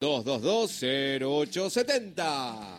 222-0870.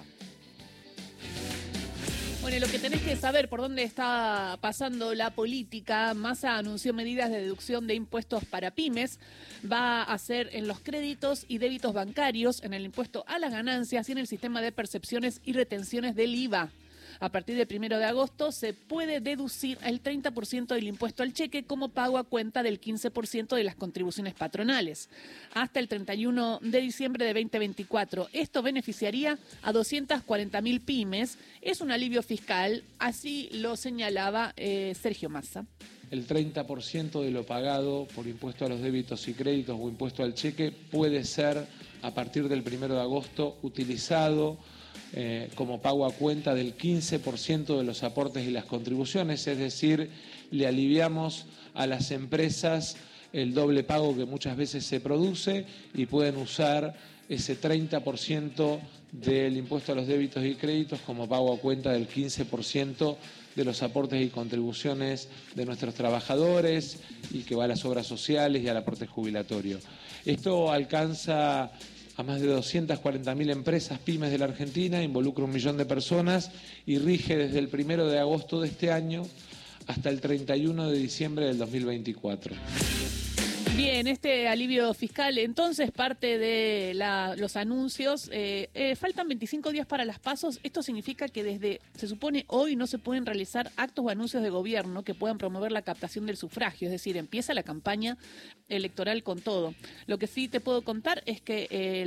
Bueno, lo que tenés que saber por dónde está pasando la política. Massa anunció medidas de deducción de impuestos para pymes. Va a hacer en los créditos y débitos bancarios, en el impuesto a las ganancias y en el sistema de percepciones y retenciones del IVA. A partir del 1 de agosto se puede deducir el 30% del impuesto al cheque como pago a cuenta del 15% de las contribuciones patronales. Hasta el 31 de diciembre de 2024. Esto beneficiaría a 240.000 pymes. Es un alivio fiscal, así lo señalaba Sergio Massa. El 30% de lo pagado por impuesto a los débitos y créditos o impuesto al cheque puede ser, a partir del 1 de agosto, utilizado como pago a cuenta del 15% de los aportes y las contribuciones, es decir, le aliviamos a las empresas el doble pago que muchas veces se produce y pueden usar ese 30% del impuesto a los débitos y créditos como pago a cuenta del 15% de los aportes y contribuciones de nuestros trabajadores y que va a las obras sociales y al aporte jubilatorio. Esto alcanza a más de 240.000 empresas pymes de la Argentina, involucra 1 millón de personas y rige desde el 1 de agosto de este año hasta el 31 de diciembre del 2024. Bien, este alivio fiscal, entonces, parte de los anuncios. Faltan 25 días para las PASO. Esto significa que desde, se supone, hoy no se pueden realizar actos o anuncios de gobierno que puedan promover la captación del sufragio. Es decir, empieza la campaña electoral con todo. Lo que sí te puedo contar es que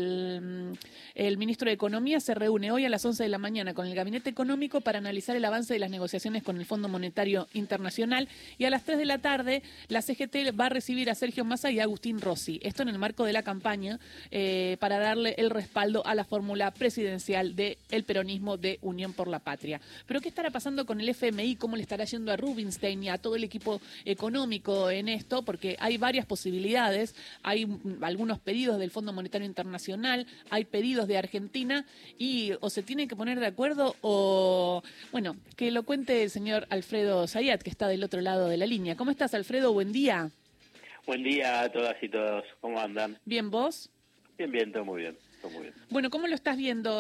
el ministro de Economía se reúne hoy a las 11 de la mañana con el Gabinete Económico para analizar el avance de las negociaciones con el Fondo Monetario Internacional, y a las 3 de la tarde la CGT va a recibir a Sergio Massa y a Agustín Rossi. Esto en el marco de la campaña para darle el respaldo a la fórmula presidencial del peronismo de Unión por la Patria. Pero ¿qué estará pasando con el FMI? ¿Cómo le estará yendo a Rubinstein y a todo el equipo económico en esto? Porque hay varias posibilidades. Hay algunos pedidos del Fondo Monetario Internacional, hay pedidos de Argentina y o se tienen que poner de acuerdo o... Bueno, que lo cuente el señor Alfredo Zayat, que está del otro lado de la línea. ¿Cómo estás, Alfredo? Buen día. Buen día a todas y todos. ¿Cómo andan? Bien, ¿vos? Bien, todo muy bien. Todo muy bien. Bueno, ¿cómo lo estás viendo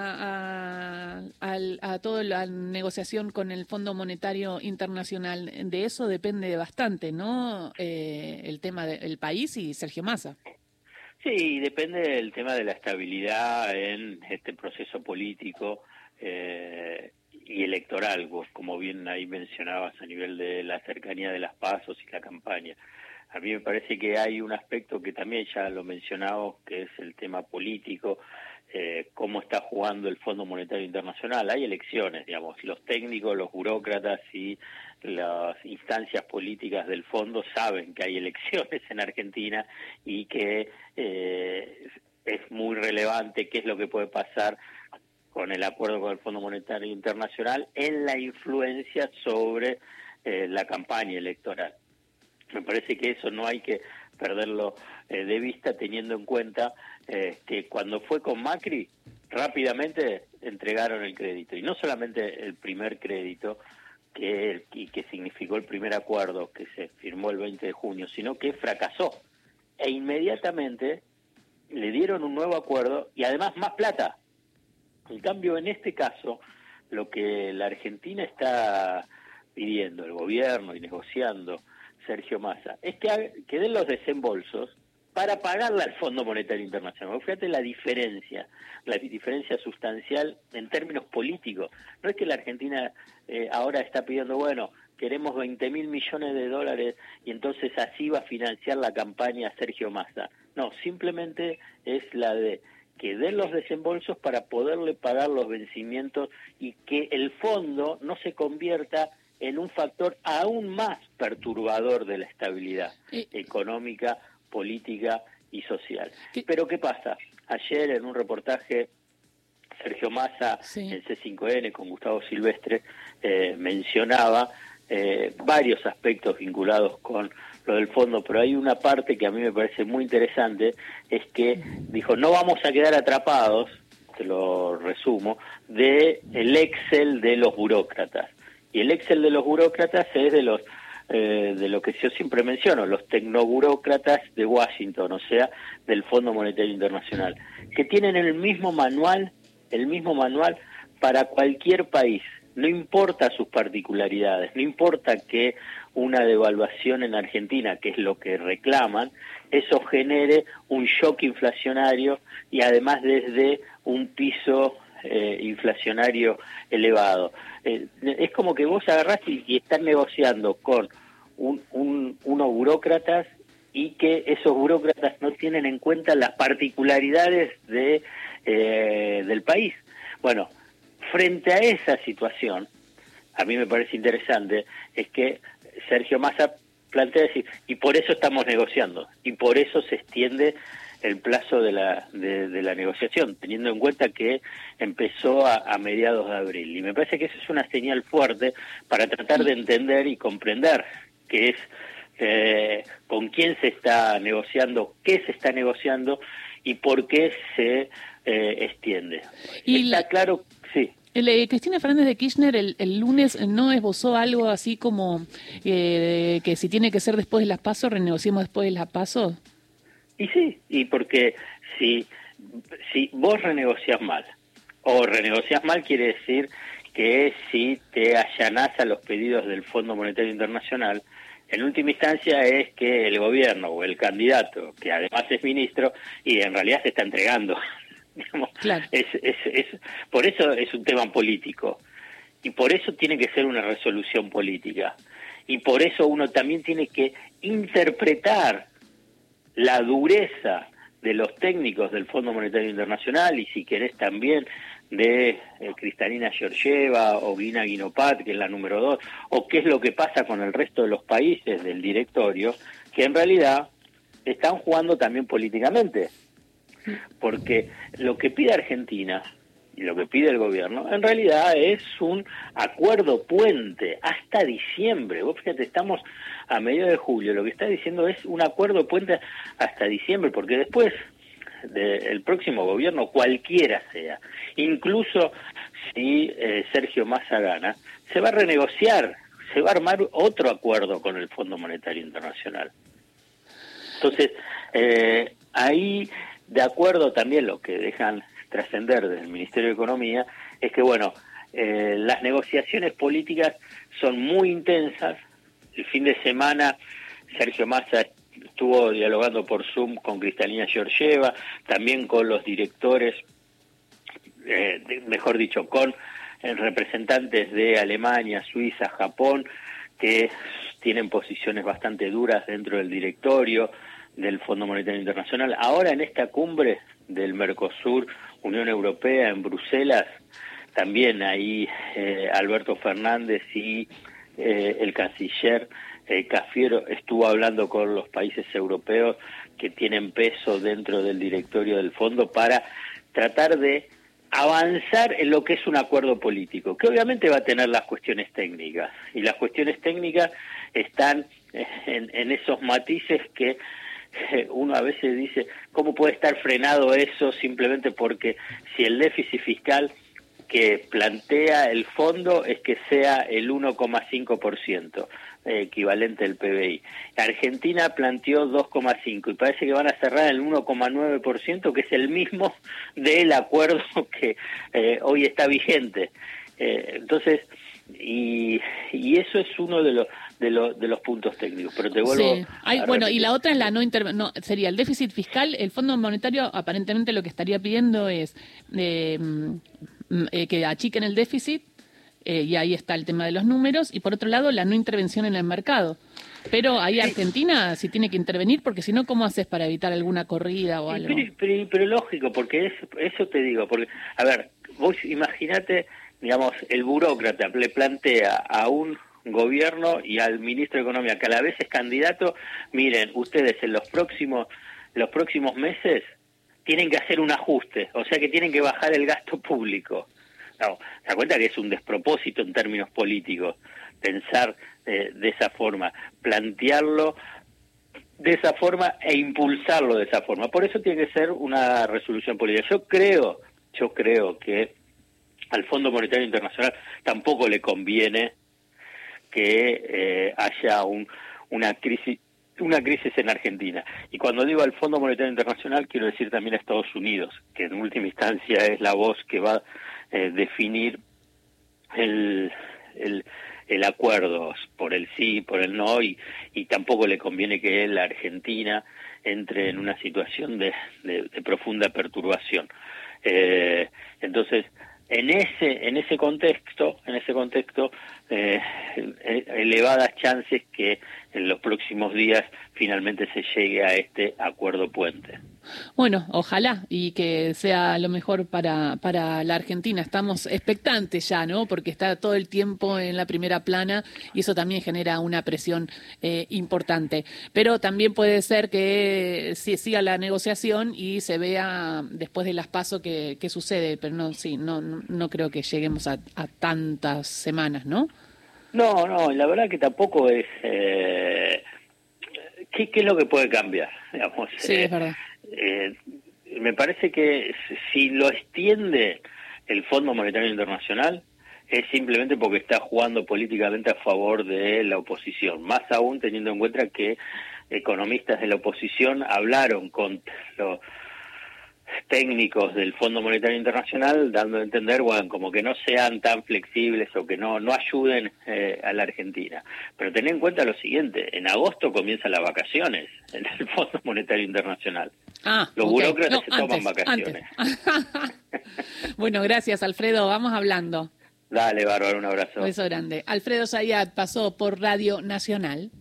a toda la negociación con el Fondo Monetario Internacional? De eso depende bastante, ¿no? El tema del país y Sergio Massa. Sí, depende del tema de la estabilidad en este proceso político y electoral, vos, como bien ahí mencionabas, a nivel de la cercanía de las PASO y la campaña. A mí me parece que hay un aspecto que también ya lo mencionamos, que es el tema político, cómo está jugando el Fondo Monetario Internacional. Hay elecciones, digamos, los técnicos, los burócratas y las instancias políticas del fondo saben que hay elecciones en Argentina y que es muy relevante qué es lo que puede pasar con el acuerdo con el Fondo Monetario Internacional en la influencia sobre la campaña electoral. Me parece que eso no hay que perderlo de vista, teniendo en cuenta que cuando fue con Macri, rápidamente entregaron el crédito. Y no solamente el primer crédito, que significó el primer acuerdo que se firmó el 20 de junio, sino que fracasó. E inmediatamente le dieron un nuevo acuerdo y además más plata. En cambio, en este caso, lo que la Argentina está pidiendo, el gobierno y negociando Sergio Massa, es que den los desembolsos para pagarle al Fondo Monetario Internacional. Fíjate la diferencia sustancial en términos políticos. No es que la Argentina ahora está pidiendo, bueno, queremos 20.000 millones de dólares y entonces así va a financiar la campaña Sergio Massa. No, simplemente es la de que den los desembolsos para poderle pagar los vencimientos y que el fondo no se convierta en un factor aún más perturbador de la estabilidad económica, política y social. Pero ¿qué pasa? Ayer en un reportaje, Sergio Massa en C5N con Gustavo Silvestre mencionaba varios aspectos vinculados con lo del fondo, pero hay una parte que a mí me parece muy interesante, es que dijo, no vamos a quedar atrapados, te lo resumo, de el Excel de los burócratas. Y el Excel de los burócratas es de lo que yo siempre menciono, los tecnoburócratas de Washington, o sea, del Fondo Monetario Internacional, que tienen el mismo manual para cualquier país. No importa sus particularidades, no importa que una devaluación en Argentina, que es lo que reclaman, eso genere un shock inflacionario y además desde un piso inflacionario elevado. Es como que vos agarrás y estás negociando con unos burócratas y que esos burócratas no tienen en cuenta las particularidades del país. Bueno, frente a esa situación, a mí me parece interesante, es que Sergio Massa plantea decir, y por eso estamos negociando, y por eso se extiende el plazo de la negociación, teniendo en cuenta que empezó a mediados de abril. Y me parece que eso es una señal fuerte para tratar de entender y comprender qué es, con quién se está negociando, qué se está negociando y por qué se extiende. Y está claro, sí. Cristina Fernández de Kirchner el lunes no esbozó algo así como que si tiene que ser después de las PASO, renegociemos después de las PASO. Y sí, y porque si vos renegociás mal, o renegociás mal quiere decir que si te allanás a los pedidos del Fondo Monetario Internacional, en última instancia es que el gobierno o el candidato, que además es ministro, y en realidad se está entregando. Digamos, claro. Por eso es un tema político, y por eso tiene que ser una resolución política, y por eso uno también tiene que interpretar la dureza de los técnicos del Fondo Monetario Internacional y si querés también de Kristalina Georgieva o Gina Guinopat, que es la número 2, o qué es lo que pasa con el resto de los países del directorio, que en realidad están jugando también políticamente, porque lo que pide Argentina y lo que pide el gobierno en realidad es un acuerdo puente hasta diciembre. Vos fíjate, estamos a mediados de julio, lo que está diciendo es un acuerdo puente hasta diciembre, porque después del próximo gobierno, cualquiera sea, incluso si Sergio Massa gana, se va a renegociar, se va a armar otro acuerdo con el Fondo Monetario Internacional. Entonces, ahí, de acuerdo también lo que dejan trascender desde el Ministerio de Economía, es que, bueno, las negociaciones políticas son muy intensas. El fin de semana Sergio Massa estuvo dialogando por Zoom con Kristalina Georgieva, también con los directores, mejor dicho, con representantes de Alemania, Suiza, Japón, que tienen posiciones bastante duras dentro del directorio del Fondo Monetario Internacional. Ahora en esta cumbre del Mercosur, Unión Europea, en Bruselas, también ahí Alberto Fernández y el canciller Cafiero estuvo hablando con los países europeos que tienen peso dentro del directorio del fondo para tratar de avanzar en lo que es un acuerdo político, que obviamente va a tener las cuestiones técnicas, y las cuestiones técnicas están en esos matices que uno a veces dice, ¿cómo puede estar frenado eso simplemente porque si el déficit fiscal que plantea el fondo es que sea el 1,5%, equivalente al PBI? Argentina planteó 2,5% y parece que van a cerrar el 1,9%, que es el mismo del acuerdo que hoy está vigente. Entonces, y eso es uno de los puntos técnicos, pero te vuelvo a bueno, repetir. y la otra es la no sería el déficit fiscal. El Fondo Monetario aparentemente lo que estaría pidiendo es que achiquen el déficit, y ahí está el tema de los números, y por otro lado la no intervención en el mercado. Pero ahí Argentina sí tiene que intervenir, porque si no, ¿cómo haces para evitar alguna corrida o algo? Pero lógico, porque eso te digo, porque, a ver, vos imaginate, digamos, el burócrata le plantea a un gobierno y al ministro de Economía, que a la vez es candidato, miren, ustedes en los próximos meses tienen que hacer un ajuste, o sea que tienen que bajar el gasto público. No, ¿se da cuenta que es un despropósito en términos políticos pensar de esa forma, plantearlo de esa forma e impulsarlo de esa forma? Por eso tiene que ser una resolución política. Yo creo que al Fondo Monetario Internacional tampoco le conviene que haya una crisis una crisis en Argentina. Y cuando digo al Fondo Monetario Internacional, quiero decir también a Estados Unidos, que en última instancia es la voz que va a definir el acuerdo por el sí, por el no, y tampoco le conviene que la Argentina entre en una situación de profunda perturbación. Entonces, en ese contexto, elevadas chances que en los próximos días finalmente se llegue a este acuerdo puente. Bueno, ojalá y que sea lo mejor para la Argentina. Estamos expectantes ya, ¿no? Porque está todo el tiempo en la primera plana y eso también genera una presión importante. Pero también puede ser que siga la negociación y se vea después de las PASO qué sucede. Pero no creo que lleguemos a tantas semanas, ¿no? No, la verdad que tampoco es... ¿Qué es lo que puede cambiar? Digamos, sí, es verdad. Me parece que si lo extiende el Fondo Monetario Internacional es simplemente porque está jugando políticamente a favor de la oposición, más aún teniendo en cuenta que economistas de la oposición hablaron con los técnicos del Fondo Monetario Internacional dando a entender, bueno, como que no sean tan flexibles o que no ayuden a la Argentina. Pero ten en cuenta lo siguiente, en agosto comienzan las vacaciones en el Fondo Monetario Internacional. Los burócratas se toman vacaciones. Bueno, gracias, Alfredo, vamos hablando. Dale, bárbaro, un abrazo. Un beso grande. Alfredo Zayat pasó por Radio Nacional.